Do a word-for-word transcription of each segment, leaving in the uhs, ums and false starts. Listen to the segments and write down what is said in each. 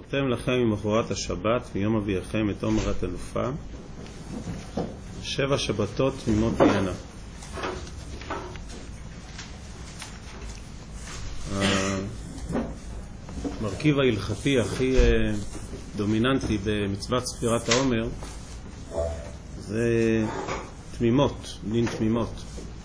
וזכרתם לכם ממחרת השבת מיום אביכם את עומר התנופה, שבע שבתות תמימות תהיינה. המרכיב ההלכתי הכי דומיננטי במצוות ספירת העומר זה תמימות, דין תמימות.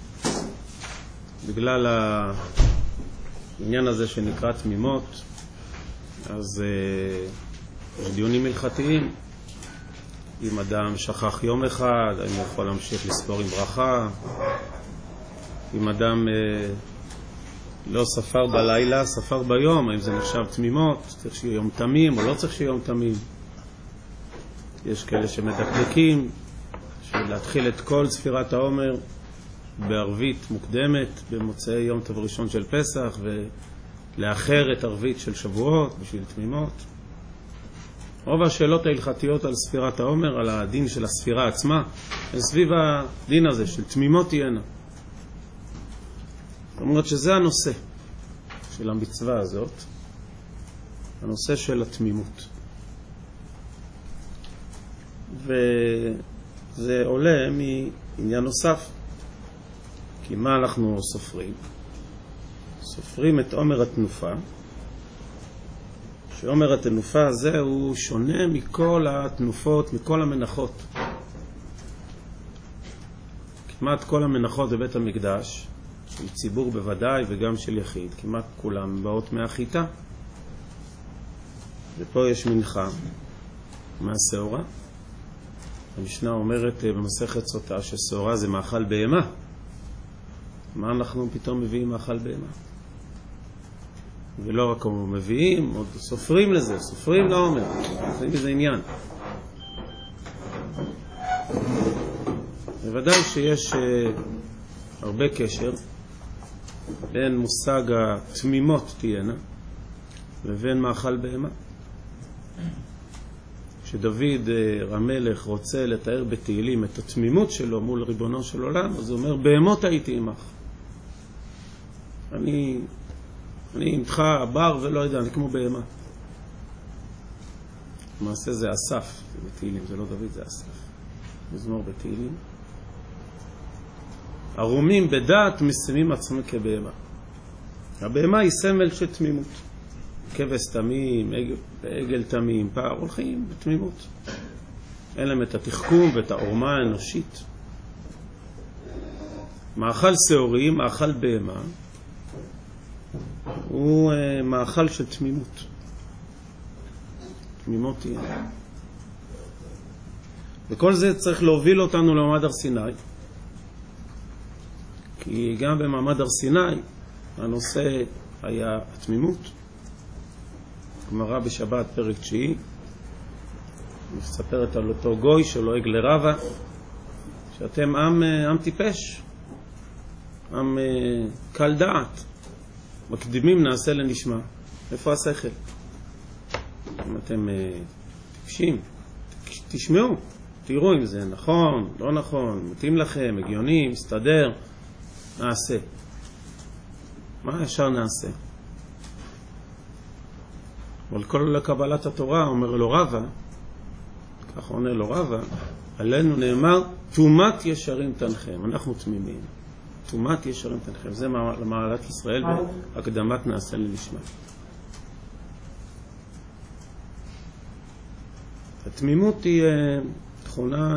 בגלל העניין הזה שנקרא תמימות, אז יש דיונים הלכתיים. אם אדם שכח יום אחד, האם הוא יכול להמשיך לספור עם ברכה? אם אדם לא ספר בלילה, ספר ביום, האם זה נחשב תמימות? צריך שיהיה יום תמים או לא צריך שיהיה יום תמים? יש כאלה שמדקדקים להתחיל את כל ספירת העומר בערבית מוקדמת במוצאי יום טוב ראשון של פסח, ולאחר את ערבית של שבועות בשביל תמימות. רוב השאלות ההלכתיות על ספירת העומר, על הדין של הספירה עצמה, הם סביב הדין הזה של תמימות תהיינה. זאת אומרת שזה הנושא של המצווה הזאת, הנושא של התמימות. וזה עולה מעניין נוסף. כי מה אנחנו סופרים? סופרים את עומר התנופה, שעומר התנופה הזה הוא שונה מכל התנופות, מכל המנחות. כמעט כל המנחות בבית המקדש, של ציבור בוודאי וגם של יחיד, כמעט כולם באות מהחיטה. ופה יש מנחה מהשעורה. המשנה אומרת במסכת סוטה ששעורה זה מאכל בהמה. מה אנחנו פתאום מביאים מאכל בהמה? ולא רק מביאים, עוד סופרים לזה, סופרים לעומר. זה איזה עניין. בוודאי שיש uh, הרבה קשר בין מושג התמימות תהיינה לבין מאכל בהמה. כשדוד uh, המלך רוצה לתאר בתהילים את התמימות שלו מול ריבונו של עולם, אז הוא אומר, בהמות הייתי עמך. אני, אני עמך בר ולא יודע, אני כמו בהמה. למעשה זה אסף, זה בתהילים, זה לא דוד, זה אסף. מזמור בתהילים. ערומים בדעת משימים עצמם כבהמה. הבהמה היא סמל של תמימות. כבש תמים, עגל, עגל תמים, פער, הולכים בתמימות. אין להם את התחכום ואת העורמה האנושית. מאכל שעורי, מאכל בהמה, הוא uh, מאכל של תמימות. תמימות תהיה. וכל זה צריך להוביל אותנו למעמד הר סיני. כי גם במעמד הר סיני הנושא היה התמימות. גמרא בשבת פרק תשיעי מספרת על אותו גוי שלועג לרבה, שאתם עם, עם טיפש, עם קל דעת. מקדימים נעשה לנשמע. איפה השכל? אם אתם טיפשים, תשמעו, תראו אם זה נכון, לא נכון, מתאים לכם, הגיוני, מסתדר, נעשה. מה ישר נעשה? אבל כל קבלת התורה אומר לו רבה, כך עונה לו רבה, עלינו נאמר, תומת ישרים תנחם, אנחנו תמימים. תומת ישרים תנחם, זה למעלת ישראל בהקדמת נעשה לנשמע. התמימות היא תכונה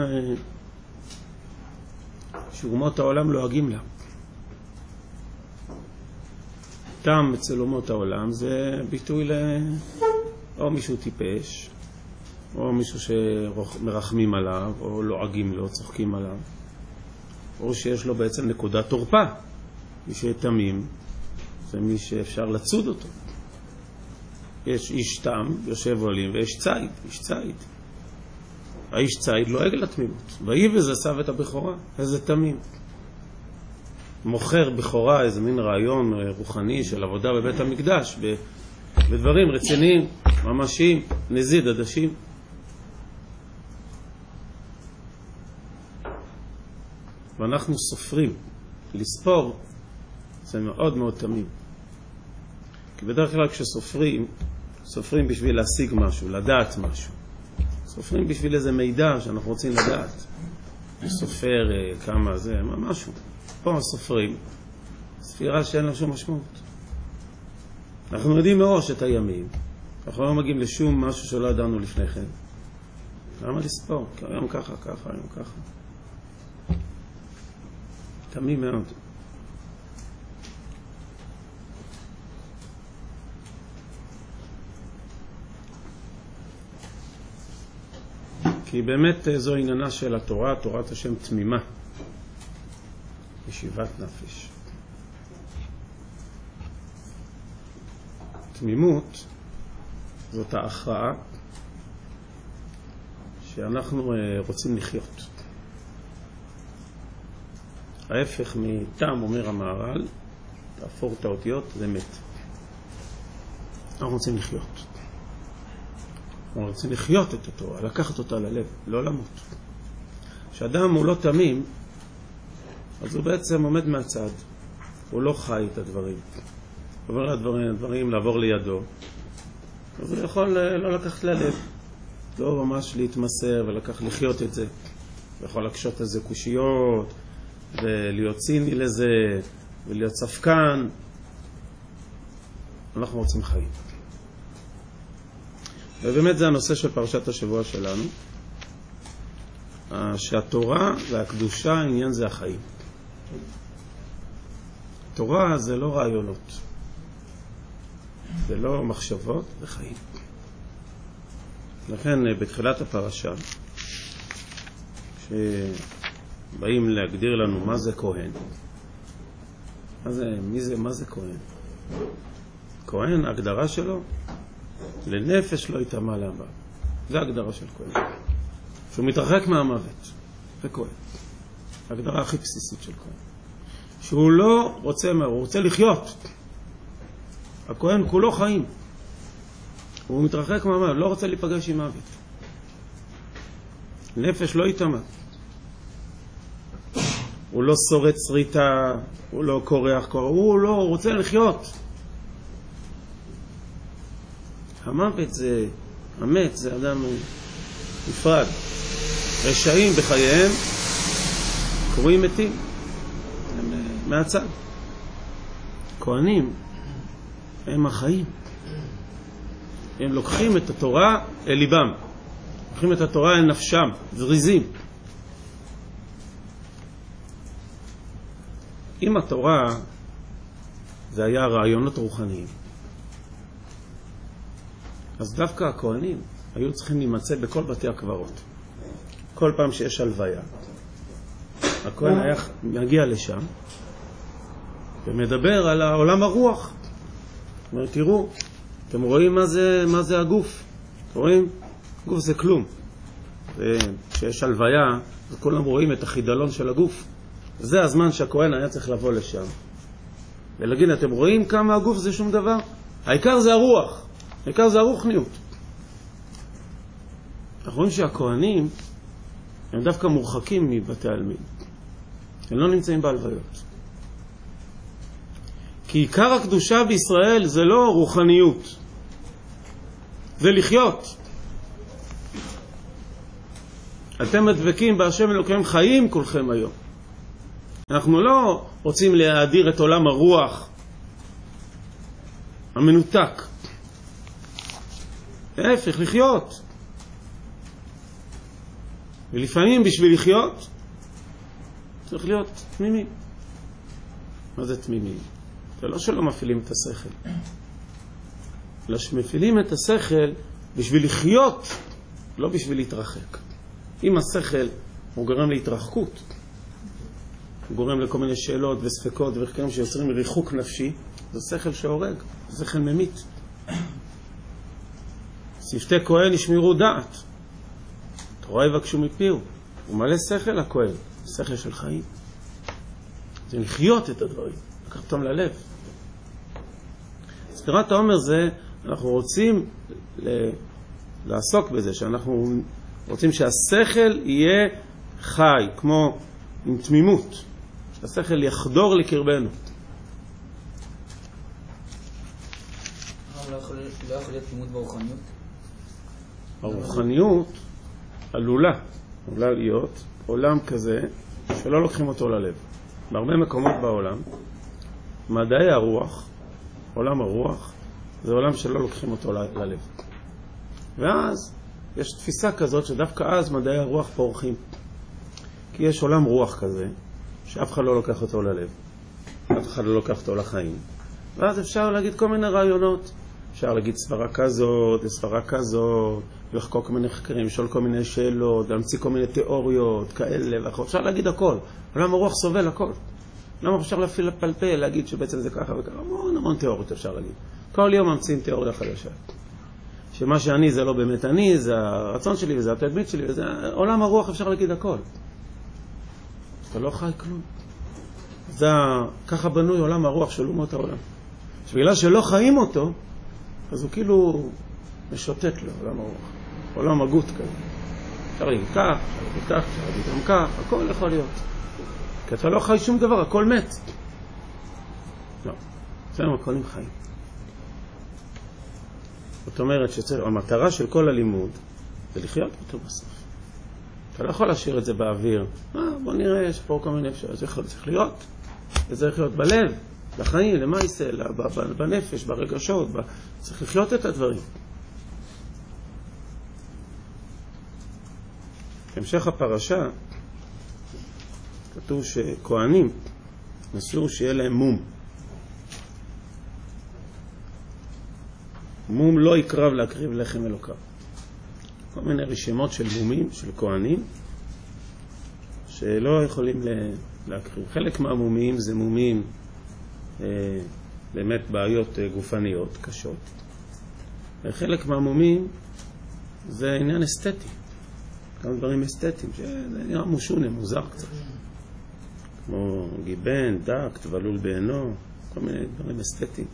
שאומות העולם לועגים לה. תם אצל אומות העולם זה ביטוי ל... או מישהו טיפש, או מישהו שמרחמים עליו, או לועגים לו, צוחקים עליו. או שיש לו בעצם נקודת תורפה. מי שתמים זה מי שאפשר לצוד אותו. יש איש תם, יושב עולים, ויש צייד, איש צייד. האיש צייד לועג לתמימות. ויבז עשו את הבכורה, איזה תמים. מוכר בכורה, איזה מין רעיון רוחני של עבודה בבית המקדש, בדברים רציניים, ממשיים, נזיד, עדשים. ואנחנו סופרים. לספור זה מאוד מאוד תמים. כי בדרך כלל כשסופרים, סופרים בשביל להשיג משהו, לדעת משהו. סופרים בשביל איזה מידע שאנחנו רוצים לדעת. סופר כמה זה, משהו. פה סופרים. ספירה שאין לה שום משמעות. אנחנו יודעים מראש את הימים. אנחנו לא מגיעים לשום משהו שלא ידענו לפני כן. למה לספור? כי היום ככה, ככה, היום ככה. תמים מאוד. כי באמת זו עניינה של התורה, תורת השם תמימה. ישיבת נפש. תמימות זאת ההכרעה שאנחנו רוצים לחיות. ההפך מתם, אומר המהר"ל, תהפוך את האותיות, זה מת. אנחנו רוצים לחיות. אנחנו רוצים לחיות את התורה, לקחת אותה ללב, לא למות. כשאדם הוא לא תמים, אז הוא בעצם עומד מהצד. הוא לא חי את הדברים. הוא עובר לדברים, הדברים לעבור לידו. אז הוא יכול לא לקחת ללב. לא ממש להתמסר ולקח לחיות את זה. הוא יכול לקשות לזה קושיות, ולהיות ציני לזה, ולהיות ספקן. אנחנו רוצים חיים. ובאמת זה הנושא של פרשת השבוע שלנו. שהתורה והקדושה, העניין זה החיים. תורה זה לא רעיונות. זה לא מחשבות, זה חיים. לכן בתחילת הפרשה, שבאים להגדיר לנו מה זה כהן. מה זה, מי זה, מה זה כהן? כהן, ההגדרה שלו, לנפש לא יטמא להמוות. זה ההגדרה של כהן. שהוא מתרחק מהמוות. זה כהן. ההגדרה הכי בסיסית של כהן. שהוא לא רוצה, הוא רוצה לחיות. הכהן כולו חיים. הוא מתרחק מהמוות, לא רוצה להיפגש עם מוות. נפש לא יטמא. הוא לא שורד שריטה, הוא לא קורח קורח, הוא לא, הוא רוצה לחיות. המוות זה, המת זה אדם נפרד. רשעים בחייהם קרויים מתים. מהצד. כהנים הם החיים. הם לוקחים את התורה אל ליבם. לוקחים את התורה אל נפשם. זריזים. אם התורה זה היה רעיונות רוחניים, אז דווקא הכהנים היו צריכים להימצא בכל בתי הקברות. כל פעם שיש הלוויה, הכהן היה מגיע לשם ומדבר על העולם הרוח. אומר, תראו, אתם רואים מה זה, מה זה הגוף? אתם רואים? גוף זה כלום. כשיש הלוויה, אז כולם רואים את החידלון של הגוף. זה הזמן שהכהן היה צריך לבוא לשם ולהגיד, אתם רואים כמה הגוף זה שום דבר? העיקר זה הרוח. העיקר זה הרוחניות. אנחנו רואים שהכהנים הם דווקא מורחקים מבתי העלמין. הם לא נמצאים בהלוויות. כי עיקר הקדושה בישראל זה לא רוחניות. זה לחיות. אתם מדבקים בהשם אלוקיכם חיים כולכם היום. אנחנו לא רוצים להאדיר את עולם הרוח המנותק. להפך, לחיות. ולפעמים בשביל לחיות צריך להיות תמימים. מה זה תמימים? זה לא שלא מפעילים את השכל. אלא שמפעילים את השכל בשביל לחיות, לא בשביל להתרחק. אם השכל הוא גורם להתרחקות, הוא גורם לכל מיני שאלות וספקות וחקרים שיוצרים ריחוק נפשי, זה שכל שהורג, זה שכל ממית. שפתי כהן ישמירו דעת, תורה יבקשו מפיהו. הוא מלא שכל הכהן, שכל של חיים. זה לחיות את הדברים, לקחת אותם ללב. ספירת העומר זה, אנחנו רוצים ל- לעסוק בזה, שאנחנו רוצים שהשכל יהיה חי, כמו עם תמימות, שהשכל יחדור לקרבנו. לא יכול להיות לימוד ברוחניות? הרוחניות עלולה, עלולה להיות עולם כזה שלא לוקחים אותו ללב. בהרבה מקומות בעולם, מדעי הרוח, עולם הרוח, זה עולם שלא לוקחים אותו ללב. ואז יש תפיסה כזאת שדווקא אז מדעי הרוח פורחים. כי יש עולם רוח כזה, שאף אחד לא לוקח אותו ללב. אף אחד לא לוקח אותו לחיים. ואז אפשר להגיד כל מיני רעיונות. אפשר להגיד סברה כזאת, סברה כזאת, לחקור כל מיני חקרים, לשאול כל מיני שאלות, להמציא כל מיני תיאוריות, כאלה ואחרות. אפשר להגיד הכל. עולם הרוח סובל הכל. למה אפשר להפעיל לפלפל, להגיד שבעצם זה ככה וככה? המון המון תיאוריות אפשר להגיד. כל יום ממציאים תיאוריה חדשה. שמה שאני זה לא באמת אני, זה הרצון שלי וזה התדמית שלי, וזה עולם הרוח אפשר להגיד הכל. אתה לא חי כלום. זה ככה בנוי עולם הרוח של אומות העולם. שבגלל שלא חיים אותו, אז הוא כאילו משוטט לו, עולם הרוח. עולם הגות כזה. אפשר להגיד כך, אפשר להגיד כך, אפשר להגיד גם כך, הכל יכול להיות. כי אתה לא חי שום דבר, הכל מת. לא, אצלנו הכל עם חיים. זאת אומרת שהמטרה של כל הלימוד זה לחיות אותו בסוף. אתה לא יכול להשאיר את זה באוויר. אה, בוא נראה, יש פה כל מיני אפשרות. זה צריך להיות. זה צריך להיות בלב, בחיים, למעשה, בנפש, ברגשות. צריך לחיות את הדברים. בהמשך הפרשה כתוב שכהנים אסור שיהיה להם מום. מום לא יקרב להקריב לחם אלוקיו. כל מיני רשימות של מומים, של כהנים, שלא יכולים להקריב. חלק מהמומים זה מומים אה, באמת בעיות אה, גופניות קשות. וחלק מהמומים זה עניין אסתטי. כמה דברים אסתטיים, שזה נראה מושונה, מוזר קצת. כמו גיבן, דק, תבלול בעינו, כל מיני דברים אסתטיים.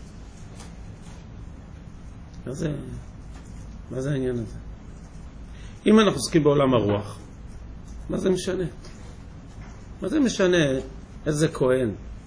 מה זה, מה זה העניין הזה? אם אנחנו עוסקים בעולם הרוח, מה זה משנה? מה זה משנה איזה כהן?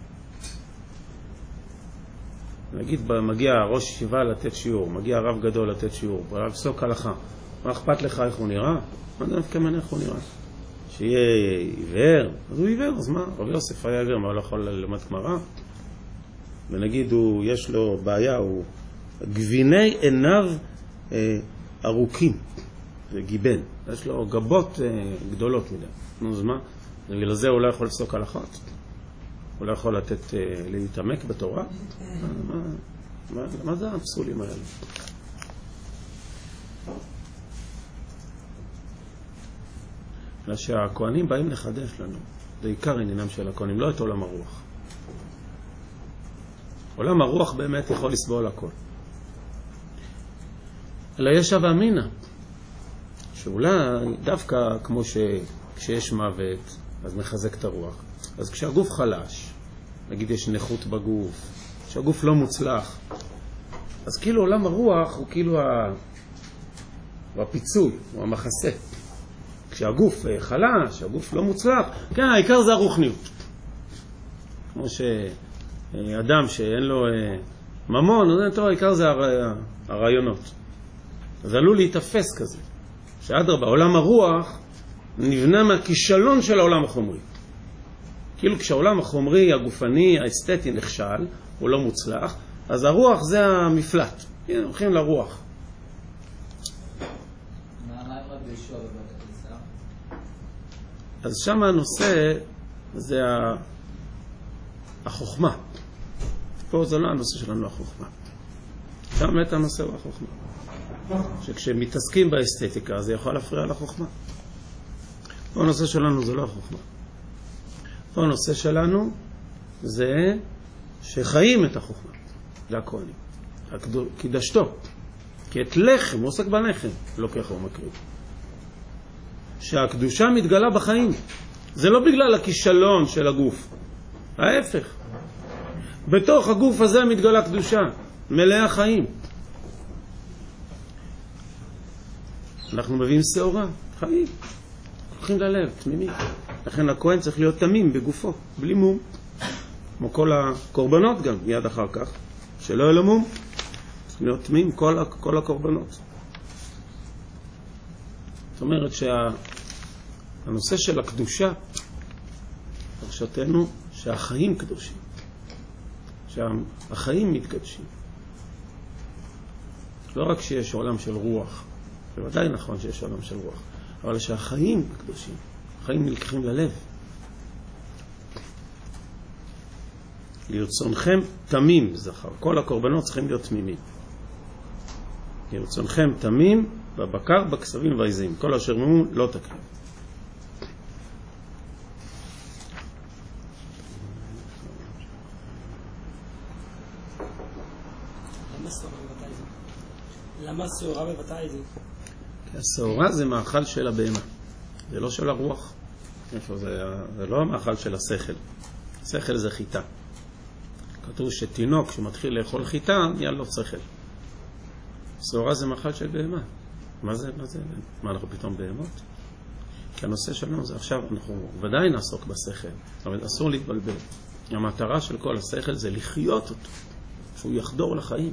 נגיד, מגיע ראש ישיבה לתת שיעור, מגיע רב גדול לתת שיעור, רב פסוק הלכה. מה אכפת לך איך הוא נראה? מה זה נפקא איך הוא נראה? שיהיה עיוור? אז הוא עיוור, אז מה? רב יוסף היה עיוור, מה הוא לא יכול ללמד גמרא? ונגיד, הוא, יש לו בעיה, הוא גביני עיניו אה, ארוכים, זה גיבן, יש לו גבות אה, גדולות מדי. נו, אז מה? בגלל זה הוא לא יכול לפסוק הלכות? הוא לא יכול לתת, אה, להתעמק בתורה? מה, מה, מה, מה זה הפסולים האלה? אלא שהכהנים באים לחדש לנו, זה עיקר עניינם של הכהנים, לא את עולם הרוח. עולם הרוח באמת יכול לסבול הכל. אלא יש הווה אמינא, שאולי דווקא כמו שכשיש מוות, אז מחזק את הרוח. אז כשהגוף חלש, נגיד יש נכות בגוף, כשהגוף לא מוצלח, אז כאילו עולם הרוח הוא כאילו ה... הוא הפיצוי, הוא המחסה. כשהגוף חלש, הגוף לא מוצלח, כן, העיקר זה הרוחניות. כמו שאדם שאין לו ממון, אז טוב, העיקר זה הרעיונות. אז עלול להתאפס כזה. שאדרבה, עולם הרוח נבנה מהכישלון של העולם החומרי. כאילו כשהעולם החומרי, הגופני, האסתטי נכשל, הוא לא מוצלח, אז הרוח זה המפלט. הנה, הולכים לרוח. אז שם הנושא זה החוכמה. פה זה לא הנושא שלנו החוכמה. שם באמת הנושא הוא החוכמה. שכשמתעסקים באסתטיקה זה יכול להפריע לחוכמה. פה הנושא שלנו זה לא החוכמה. פה הנושא שלנו זה שחיים את החוכמה. זה הכהנים. קידשתו. כי את לחם, הוא עוסק בלחם, לא ככה הוא מקריב. שהקדושה מתגלה בחיים. זה לא בגלל הכישלון של הגוף. ההפך. בתוך הגוף הזה מתגלה קדושה. מלאה חיים. אנחנו מביאים שעורה. חיים. הולכים ללב, תמימים. לכן הכהן צריך להיות תמים בגופו. בלי מום. כמו כל הקורבנות גם, מיד אחר כך. שלא יהיה לו מום. צריכים להיות תמים כל, כל הקורבנות. זאת אומרת שהנושא של הקדושה, פרשתנו, שהחיים קדושים, שהחיים מתקדשים. לא רק שיש עולם של רוח, בוודאי נכון שיש עולם של רוח, אבל שהחיים קדושים, החיים נלקחים ללב. לרצונכם תמים זכר, כל הקורבנות צריכים להיות תמימים. לרצונכם תמים בבקר, בכסבים והעזים, כל אשר ממו לא תקריב. למה שעורה בבתי זה? כי השעורה זה מאכל של הבהמה, זה לא של הרוח. איפה זה? זה לא המאכל של השכל. השכל זה חיטה. כתוב שתינוק שמתחיל לאכול חיטה, נהיה לו שכל. שעורה זה מאכל של בהמה. מה זה? מה זה? מה, אנחנו פתאום בהמות? כי הנושא שלנו זה עכשיו, אנחנו ודאי נעסוק בשכל, אבל אסור להתבלבל. המטרה של כל השכל זה לחיות אותו, שהוא יחדור לחיים.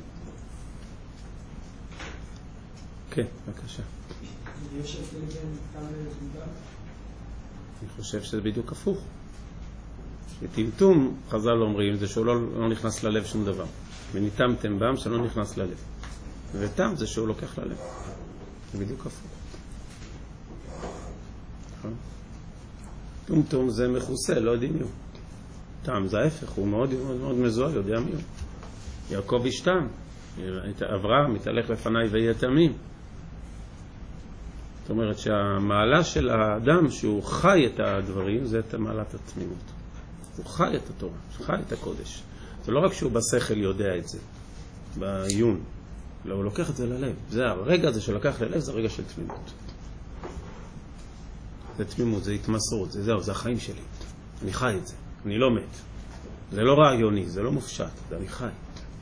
כן, בבקשה. אני חושב שזה בדיוק הפוך. שטמטום, חז"ל אומרים, זה שהוא לא, לא נכנס ללב שום דבר. וניתמתם בם שלא נכנס ללב. ותם זה שהוא לוקח ללב. זה בדיוק הפוך. טומטום זה מחוסה, לא יודעים מי הוא. תם זה ההפך, הוא מאוד מאוד, מאוד מזוהה, יודע מי הוא. יעקב ישתם, אברהם מתהלך לפניי ויהיה תמים. זאת אומרת שהמעלה של האדם שהוא חי את הדברים זה את מעלת התמימות. הוא חי את התורה, הוא חי את הקודש. זה לא רק שהוא בשכל יודע את זה, בעיון, לא, הוא לוקח את זה ללב. זה הרגע הזה שלקח ללב, זה רגע של תמימות. זה תמימות, זה התמסרות, זה זהו, זה החיים שלי. אני חי את זה, אני לא מת. זה לא רעיוני, זה לא מופשט, זה אני חי.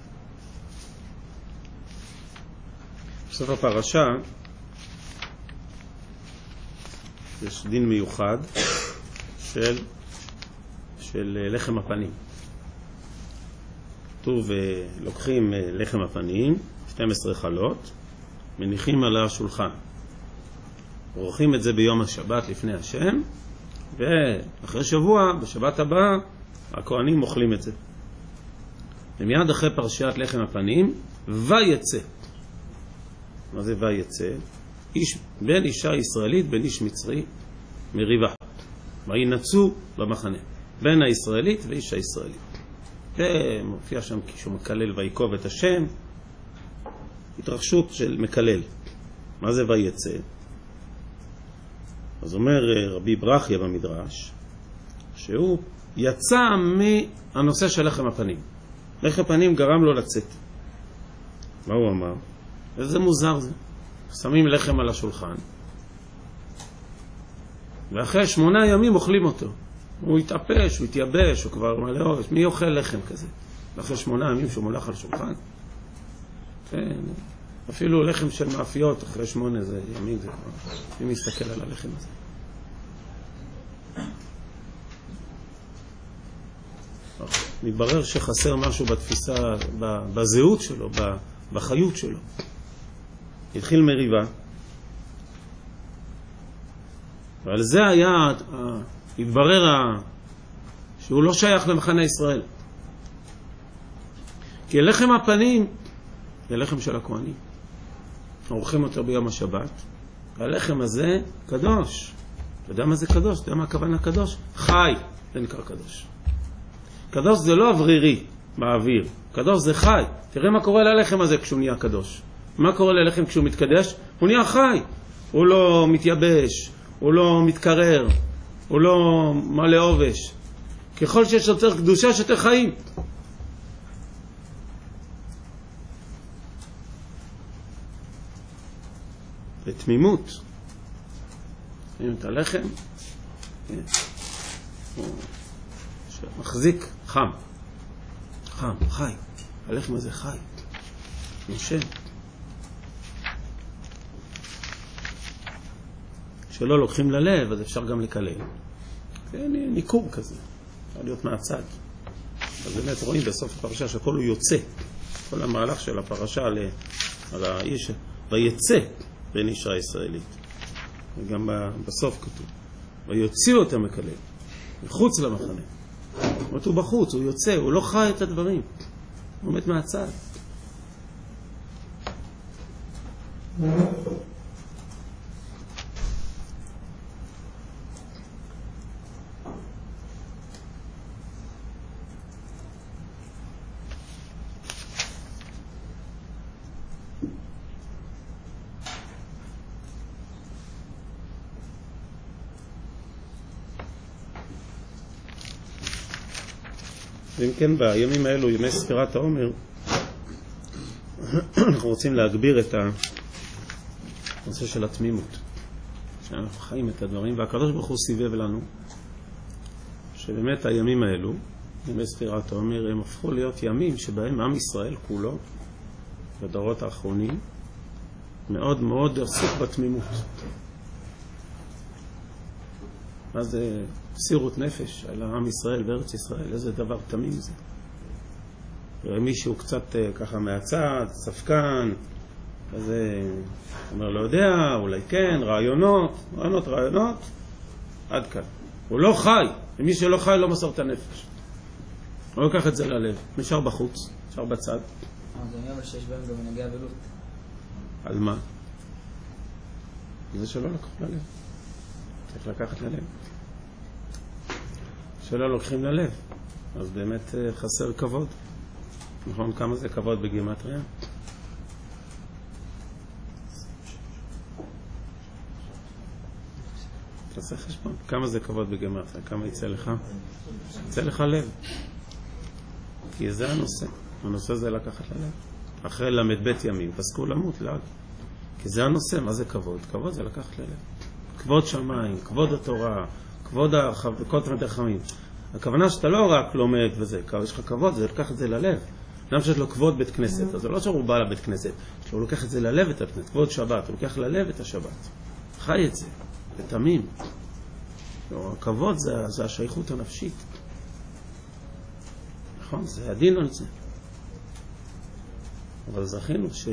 בסוף הפרשה יש דין מיוחד של, של לחם הפנים. כתוב, לוקחים לחם הפנים, שתים עשרה חלות, מניחים על השולחן. עורכים את זה ביום השבת לפני השם, ואחרי שבוע, בשבת הבאה, הכהנים אוכלים את זה. ומיד אחרי פרשיית לחם הפנים, ויצא. מה זה ויצא? איש, בין אישה ישראלית, בין איש מצרי, מריבה. וינצו במחנה. בין הישראלית ואיש הישראלית. ומופיע שם כשהוא מקלל ויקוב את השם, התרחשות של מקלל. מה זה ויצא? אז אומר רבי ברכיה במדרש, שהוא יצא מהנושא של לחם הפנים. לחם הפנים גרם לו לצאת. מה הוא אמר? איזה מוזר זה. שמים לחם על השולחן, ואחרי שמונה ימים אוכלים אותו. הוא התאפש, הוא התייבש, הוא כבר מלא אורש. מי אוכל לחם כזה? ואחרי שמונה ימים שהוא מולך על שולחן? כן, אפילו לחם של מאפיות אחרי שמונה זה ימים, זה כבר... מי מסתכל על הלחם הזה? מתברר שחסר משהו בתפיסה, בזהות שלו, בחיות שלו. התחיל מריבה, ועל זה היה, התברר שהוא לא שייך למחנה ישראל. כי לחם הפנים זה לחם של הכהנים. עורכים אותו ביום השבת, והלחם הזה קדוש. אתה יודע מה זה קדוש? אתה יודע מה הכוונה קדוש? חי, זה נקרא קדוש. קדוש זה לא אוורירי באוויר, קדוש זה חי. תראה מה קורה ללחם הזה כשהוא נהיה קדוש. מה קורה ללחם כשהוא מתקדש? הוא נהיה חי. הוא לא מתייבש, הוא לא מתקרר, הוא לא מלא עובש. ככל שיש יותר קדושה, יש יותר חיים. בתמימות. רואים את הלחם, הוא מחזיק חם. חם, חי. הלחם הזה חי. נושם. שלא לוקחים ללב, אז אפשר גם לקלל. זה ניקור כזה. אפשר להיות מהצד. אז באמת רואים בסוף הפרשה שהכל הוא יוצא. כל המהלך של הפרשה על, על האיש, ויצא בין אישה ישראלית. וגם בסוף כתוב. ויוציאו את המקלל, מחוץ למחנה. זאת אומרת, הוא בחוץ, הוא יוצא, הוא לא חי את הדברים. הוא עומד מהצד. ואם כן, בימים האלו, ימי ספירת העומר, אנחנו רוצים להגביר את הנושא של התמימות, שאנחנו חיים את הדברים, והקדוש ברוך הוא סיבב לנו, שבאמת הימים האלו, ימי ספירת העומר, הם הפכו להיות ימים שבהם עם ישראל כולו, בדורות האחרונים, מאוד מאוד עסוק בתמימות. מה זה סירות נפש על העם ישראל וארץ ישראל? איזה דבר תמים זה. מישהו קצת ככה מהצד, ספקן, אז אומר לא יודע, אולי כן, רעיונות, רעיונות, רעיונות, עד כאן. הוא לא חי, ומי שלא חי לא מסור את הנפש. הוא לוקח את זה ללב, נשאר בחוץ, נשאר בצד. זה אומר שיש בהם גם מנהגי אבלות. על מה? זה שלא לקח ללב. צריך לקחת ללב. שלא לוקחים ללב, אז באמת חסר כבוד. נכון, כמה זה כבוד בגימטריה? תעשה חשבון. כמה זה כבוד בגימטריה? כמה יצא לך? יצא לך לב. כי זה הנושא. הנושא זה לקחת ללב. אחרי למד בית ימים, פסקו למות, לא. כי זה הנושא. מה זה כבוד? כבוד זה לקחת ללב. כבוד שמיים, כבוד התורה, כבוד כבוד מדרחמים. הכוונה שאתה לא רק לומד וזה, יש לך כבוד, זה לקח את זה ללב. למה שיש לו כבוד בית כנסת, אז זה לא שהוא בא לבית כנסת, שהוא לוקח את זה ללב את הבית, כבוד שבת, הוא לוקח ללב את השבת. חי את זה, בתמים. הכבוד זה, זה השייכות הנפשית. נכון? זה הדין על זה. אבל זכינו ש...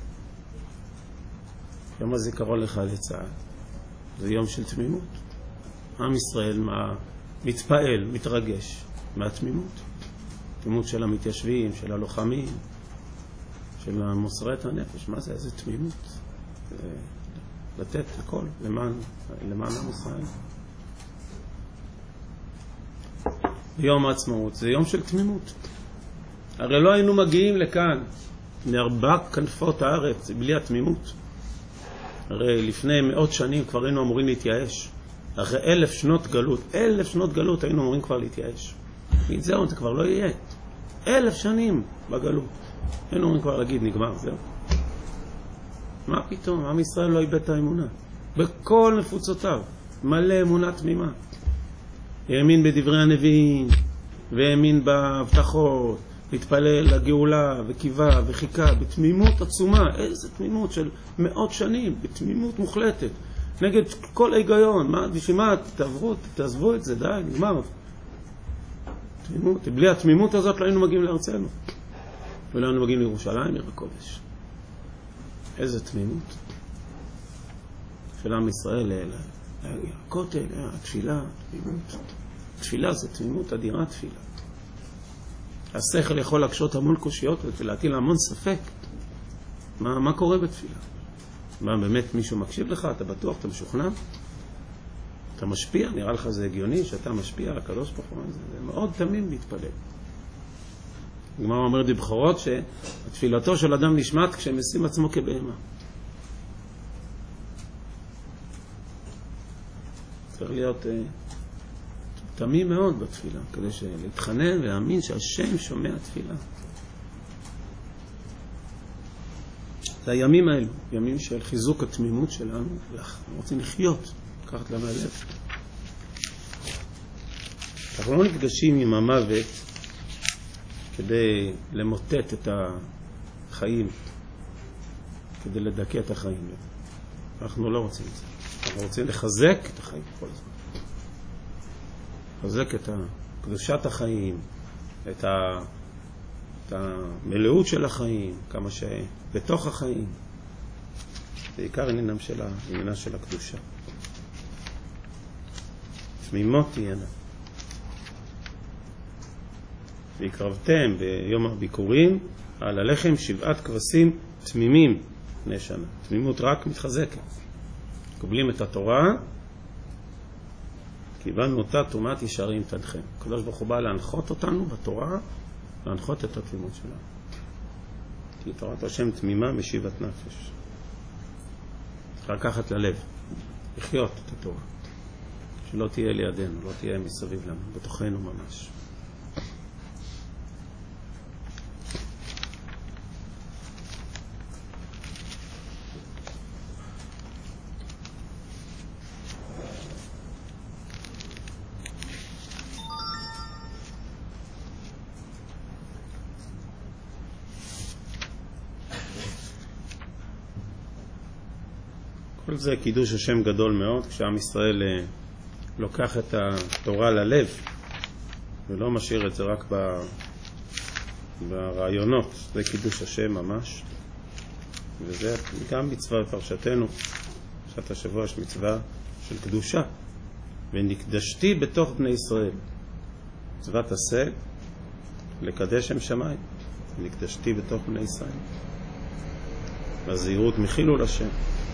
יום הזיכרון לחיילי צה"ל זה יום של תמימות. עם ישראל מה... מתפעל, מתרגש מהתמימות. תמימות של המתיישבים, של הלוחמים, של המוסרי את הנפש. מה זה? איזה תמימות? לתת הכל למען, למען עם ישראל. יום העצמאות זה יום של תמימות. הרי לא היינו מגיעים לכאן מארבע כנפות הארץ בלי התמימות. הרי לפני מאות שנים כבר היינו אמורים להתייאש. אחרי אלף שנות גלות, אלף שנות גלות היינו אמורים כבר להתייאש. זהו, זה כבר לא יהיה. אלף שנים בגלות. היינו אמורים כבר להגיד, נגמר, זהו. מה פתאום? עם ישראל לא איבד את האמונה. בכל נפוצותיו, מלא אמונה תמימה. האמין בדברי הנביאים, והאמין בהבטחות, להתפלל לגאולה, וקיווה, וחיכה, בתמימות עצומה. איזה תמימות של מאות שנים, בתמימות מוחלטת. נגד כל היגיון, מה, בשביל מה, תעברו, תעזבו את זה, די, נגמר. תמימות, בלי התמימות הזאת לא היינו מגיעים לארצנו. ולא היינו מגיעים לירושלים, עיר הקודש. איזה תמימות. של עם ישראל, הכותל, התפילה, תמימות. תפילה זה תמימות אדירה, תפילה. השכל יכול להקשות המון קושיות ולהטיל המון ספק. מה, מה קורה בתפילה? מה, באמת מישהו מקשיב לך? אתה בטוח? אתה משוכנע? אתה משפיע? נראה לך זה הגיוני שאתה משפיע על הקדוש ברוך הוא? זה מאוד תמים להתפלל. הגמרא אומרת בבחורות שתפילתו של אדם נשמעת כשמשים עצמו כבהמה. צריך להיות אה, תמים מאוד בתפילה, כדי להתחנן ולהאמין שהשם שומע תפילה. זה הימים האלו, ימים של חיזוק התמימות שלנו, אנחנו רוצים לחיות, לקחת לנו הלב. אנחנו לא נפגשים עם המוות כדי למוטט את החיים, כדי לדכא את החיים. אנחנו לא רוצים את זה. אנחנו רוצים לחזק את החיים כל הזמן. לחזק את קדושת החיים, את, ה... את את המלאות של החיים, כמה שבתוך החיים. זה עיקר עניינם של העניינה של הקדושה. תמימות תהיינה. והקרבתם ביום הביקורים על הלחם שבעת כבשים תמימים בני שנה. תמימות רק מתחזקת. קובלים את התורה, קיבלנו אותה תרומת ישרים תדכם. הקדוש ברוך הוא בא להנחות אותנו בתורה, להנחות את התמימות שלנו. כי תורת השם תמימה משיבת נפש. צריך לקחת ללב, לחיות את התורה. שלא תהיה לידינו, לא תהיה מסביב לנו, בתוכנו ממש. כל זה קידוש השם גדול מאוד, כשעם ישראל אה, לוקח את התורה ללב ולא משאיר את זה רק ב... ברעיונות. זה קידוש השם ממש, וזה גם מצווה בפרשתנו. פרשת השבוע יש מצווה של קדושה, ונקדשתי בתוך בני ישראל. מצוות עשה לקדש שם שמיים, נקדשתי בתוך בני ישראל. והזהירות מחילול השם.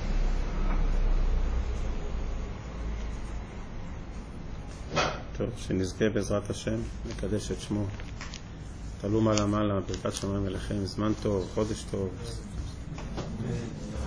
טוב, שנזכה בעזרת השם, נקדש את שמו. תעלו מעלה מעלה, ברכת שמיים אליכם, זמן טוב, חודש טוב.